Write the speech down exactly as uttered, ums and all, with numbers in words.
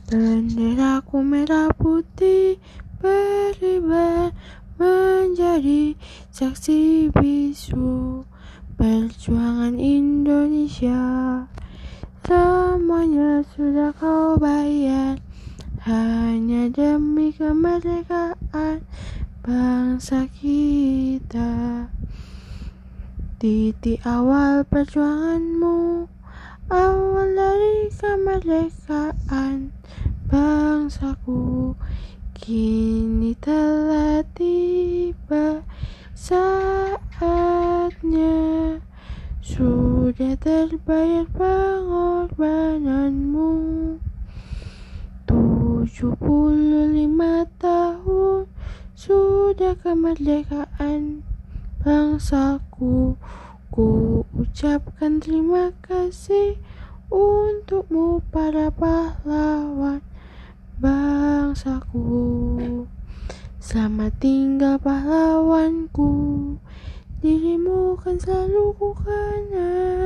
Benderaku merah putih berkibar menjadi saksi bisu perjuangan Indonesia. Semuanya sudah kau bayar hanya demi kemerdekaan bangsa kita. Titik awal perjuanganmu, awal dari kemerdekaan bangsaku, kini telah tiba saatnya. Sudah terbayar pengorbananmu. tujuh puluh lima tahun sudah kemerdekaan bangsaku. Ku ucapkan terima kasih untukmu para pahlawan bangsaku. Selamat tinggal pahlawanku, dirimu kan selalu ku kenang.